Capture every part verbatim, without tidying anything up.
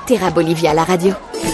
Terra Bolivia à la radio.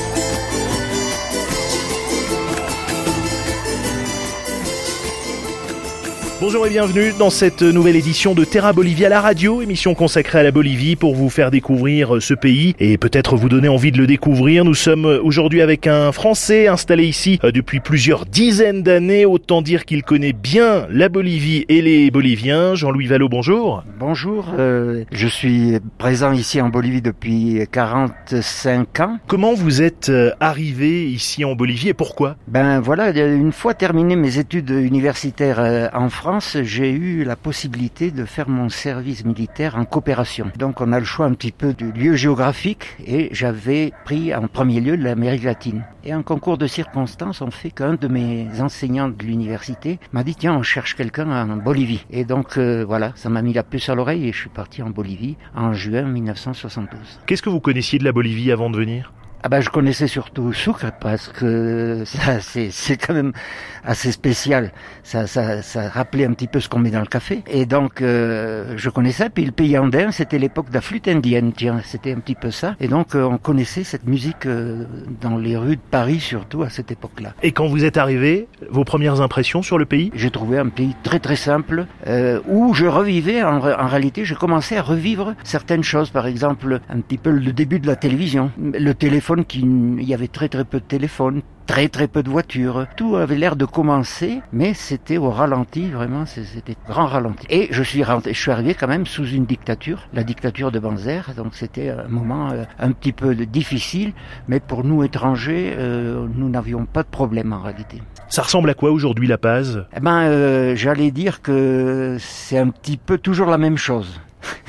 Bonjour et bienvenue dans cette nouvelle édition de Terra Bolivia la radio, émission consacrée à la Bolivie pour vous faire découvrir ce pays et peut-être vous donner envie de le découvrir. Nous sommes aujourd'hui avec un Français installé ici depuis plusieurs dizaines d'années, autant dire qu'il connaît bien la Bolivie et les Boliviens. Jean-Louis Vallot, bonjour. Bonjour, euh, je suis présent ici en Bolivie depuis quarante-cinq ans. Comment vous êtes arrivé ici en Bolivie et pourquoi ? Ben voilà, une fois terminé mes études universitaires en France, j'ai eu la possibilité de faire mon service militaire en coopération. Donc on a le choix un petit peu du lieu géographique et j'avais pris en premier lieu l'Amérique latine. Et un concours de circonstances ont fait qu'un de mes enseignants de l'université m'a dit tiens on cherche quelqu'un en Bolivie. Et donc euh, voilà, ça m'a mis la puce à l'oreille et je suis parti en Bolivie en juin dix-neuf cent soixante-douze. Qu'est-ce que vous connaissiez de la Bolivie avant de venir ? Ah ben je connaissais surtout Sucre parce que ça c'est c'est quand même assez spécial. Ça ça ça rappelait un petit peu ce qu'on met dans le café. Et donc euh, je connaissais. Puis le pays andin, c'était l'époque de la flûte indienne. Tiens, c'était un petit peu ça. Et donc euh, on connaissait cette musique euh, dans les rues de Paris surtout à cette époque-là. Et quand vous êtes arrivé, vos premières impressions sur le pays ? J'ai trouvé un pays très très simple euh, où je revivais. En, en réalité, j'ai commencé à revivre certaines choses. Par exemple, un petit peu le début de la télévision, le téléphone. Qui, il y avait très très peu de téléphones, très très peu de voitures. Tout avait l'air de commencer, mais c'était au ralenti, vraiment, c'était grand ralenti. Et je suis rentré, je suis arrivé quand même sous une dictature, la dictature de Banzer, donc c'était un moment euh, un petit peu difficile, mais pour nous étrangers, euh, nous n'avions pas de problème en réalité. Ça ressemble à quoi aujourd'hui La Paz ? Eh ben, euh, j'allais dire que c'est un petit peu toujours la même chose.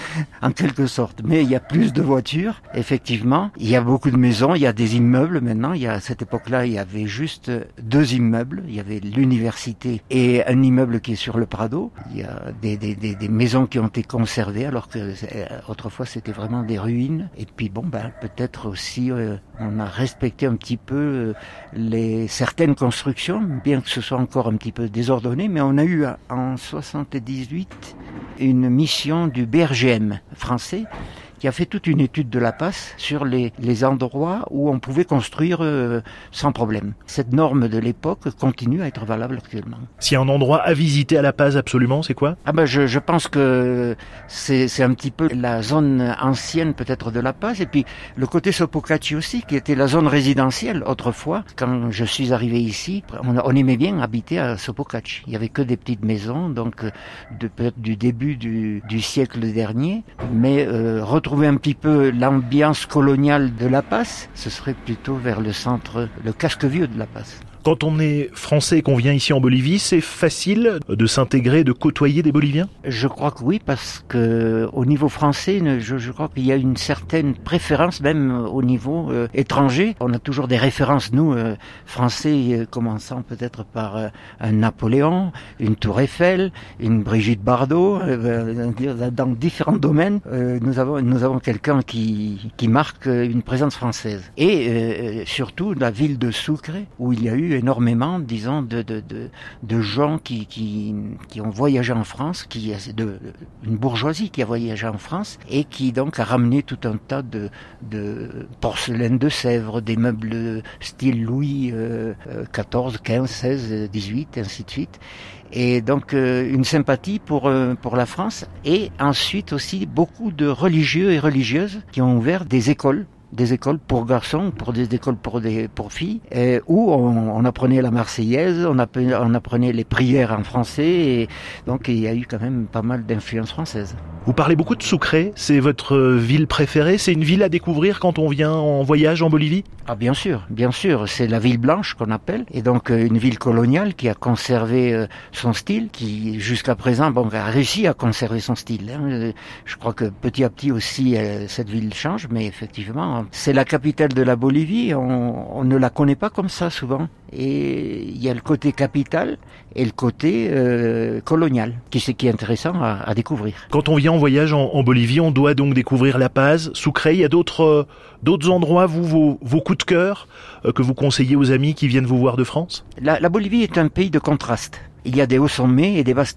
En quelque sorte, mais il y a plus de voitures, effectivement. Il y a beaucoup de maisons, il y a des immeubles maintenant. Il y a, à cette époque-là, il y avait juste deux immeubles. Il y avait l'université et un immeuble qui est sur le Prado. Il y a des, des, des, des maisons qui ont été conservées, alors que euh, autrefois c'était vraiment des ruines. Et puis bon, ben peut-être aussi euh, on a respecté un petit peu euh, les certaines constructions, bien que ce soit encore un petit peu désordonné. Mais on a eu en soixante-dix-huit une mission du B R G M français qui a fait toute une étude de La Paz sur les, les endroits où on pouvait construire euh, sans problème. Cette norme de l'époque continue à être valable actuellement. S'il y a un endroit à visiter à La Paz absolument, c'est quoi ? Ah ben je, je pense que c'est, c'est un petit peu la zone ancienne peut-être de La Paz et puis le côté Sopocachi aussi qui était la zone résidentielle autrefois. Quand je suis arrivé ici, on, on aimait bien habiter à Sopocachi. Il y avait que des petites maisons donc de, peut-être du début du, du siècle dernier, mais euh, retrouver un petit peu l'ambiance coloniale de La Paz, ce serait plutôt vers le centre, le casque vieux de La Paz. Quand on est français et qu'on vient ici en Bolivie, c'est facile de s'intégrer, de côtoyer des Boliviens ? Je crois que oui, parce que au niveau français, je, je crois qu'il y a une certaine préférence, même au niveau euh, étranger. On a toujours des références, nous, euh, Français, euh, commençant peut-être par euh, un Napoléon, une Tour Eiffel, une Brigitte Bardot. Euh, dans différents domaines, euh, nous avons nous avons quelqu'un qui qui marque une présence française. Et euh, surtout la ville de Sucre, où il y a eu énormément, disons, de, de, de, de gens qui, qui, qui ont voyagé en France, qui, de, une bourgeoisie qui a voyagé en France et qui donc a ramené tout un tas de, de porcelaine de Sèvres, des meubles style Louis euh, quatorze, quinze, seize, dix-huit, ainsi de suite. Et donc euh, une sympathie pour euh, pour la France et ensuite aussi beaucoup de religieux et religieuses qui ont ouvert des écoles. Des écoles pour garçons, pour des écoles pour des pour filles, euh, où on, on apprenait la Marseillaise, on apprenait, on apprenait les prières en français, et donc il y a eu quand même pas mal d'influences françaises. Vous parlez beaucoup de Sucre, c'est votre ville préférée, c'est une ville à découvrir quand on vient en voyage en Bolivie ? Ah bien sûr, bien sûr, c'est la ville blanche qu'on appelle, et donc euh, une ville coloniale qui a conservé euh, son style, qui jusqu'à présent bon, a réussi à conserver son style. Hein. Je crois que petit à petit aussi euh, cette ville change, mais effectivement, c'est la capitale de la Bolivie, on, on ne la connaît pas comme ça souvent. Et il y a le côté capitale et le côté euh, colonial, qui c'est qui est intéressant à, à découvrir. Quand on vient en voyage en, en Bolivie, on doit donc découvrir La Paz, Sucre. Il y a d'autres euh, d'autres endroits, vous, vos, vos coups de cœur, euh, que vous conseillez aux amis qui viennent vous voir de France ? La, la Bolivie est un pays de contraste. Il y a des hauts sommets et des basses terres.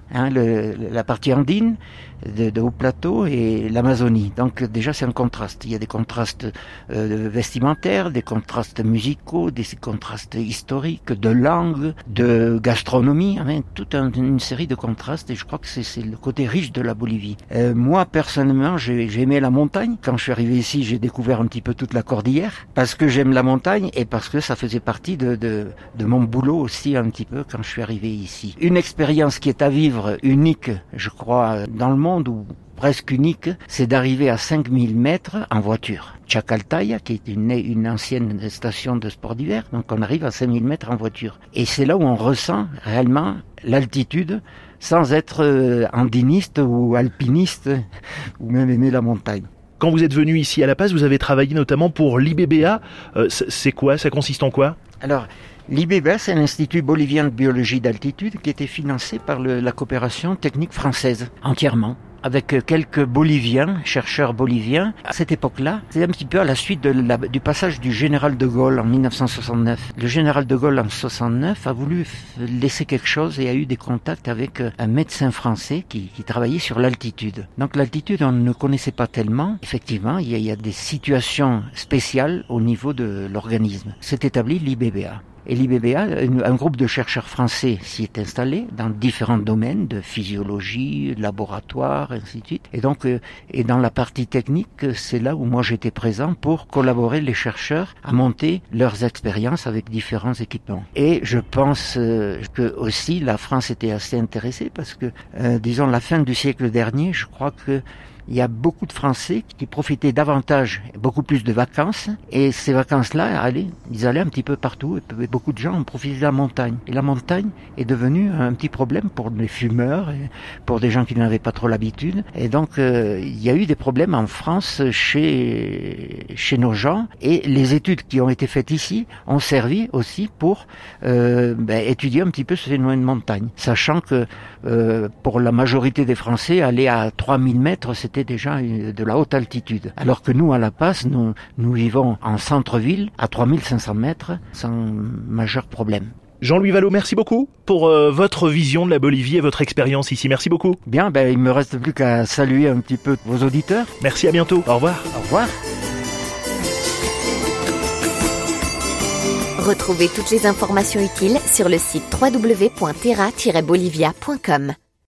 hein, le, la partie andine de, de haut plateau et l'Amazonie. Donc déjà c'est un contraste. Il y a des contrastes euh, vestimentaires, des contrastes musicaux, des contrastes historiques, de langue, de gastronomie, hein, toute un, une série de contrastes. Et je crois que c'est, c'est le côté riche de la Bolivie. Euh, moi personnellement, j'ai, j'ai aimé la montagne. Quand je suis arrivé ici, j'ai découvert un petit peu toute la cordillère parce que j'aime la montagne et parce que ça faisait partie de, de, de mon boulot aussi un petit peu quand je suis arrivé ici. Une expérience qui est à vivre unique, je crois, dans le monde, ou presque unique, c'est d'arriver à cinq mille mètres en voiture. Chacaltaya, qui est une, une ancienne station de sport d'hiver, donc on arrive à cinq mille mètres en voiture. Et c'est là où on ressent réellement l'altitude, sans être andiniste ou alpiniste, ou même aimer la montagne. Quand vous êtes venu ici à La Paz, vous avez travaillé notamment pour l'I B B A. Euh, c'est quoi? Ça consiste en quoi? Alors, l'I B B A, c'est l'Institut bolivien de biologie d'altitude qui était financé par le, la coopération technique française, entièrement, avec quelques Boliviens, chercheurs boliviens. À cette époque-là, c'est un petit peu à la suite de la, du passage du général de Gaulle en dix-neuf cent soixante-neuf. Le général de Gaulle en soixante-neuf a voulu laisser quelque chose et a eu des contacts avec un médecin français qui, qui travaillait sur l'altitude. Donc l'altitude, on ne connaissait pas tellement. Effectivement, il y a, il y a des situations spéciales au niveau de l'organisme. C'est établi l'I B B A. Et l'I B B A, un groupe de chercheurs français s'y est installé dans différents domaines de physiologie, laboratoire, ainsi de suite. Et donc, euh, et dans la partie technique, c'est là où moi j'étais présent pour collaborer les chercheurs à monter leurs expériences avec différents équipements. Et je pense euh, que aussi la France était assez intéressée parce que, euh, disons, la fin du siècle dernier, je crois que il y a beaucoup de Français qui profitaient davantage, beaucoup plus de vacances. Et ces vacances-là, allez, ils allaient un petit peu partout. Et beaucoup de gens ont profité de la montagne. Et la montagne est devenue un petit problème pour les fumeurs, et pour des gens qui n'avaient pas trop l'habitude. Et donc, euh, il y a eu des problèmes en France chez chez nos gens. Et les études qui ont été faites ici ont servi aussi pour euh, ben, étudier un petit peu ce phénomène de montagne. Sachant que euh, pour la majorité des Français, aller à trois mille mètres, c'était déjà de la haute altitude. Alors que nous, à La Paz, nous, nous vivons en centre-ville, à trois mille cinq cents mètres, sans majeur problème. Jean-Louis Vallot, merci beaucoup pour euh, votre vision de la Bolivie et votre expérience ici. Merci beaucoup. Bien, ben, il me reste plus qu'à saluer un petit peu vos auditeurs. Merci, à bientôt. Au revoir. Au revoir. Retrouvez toutes les informations utiles sur le site w w w point terra tiret bolivia point com.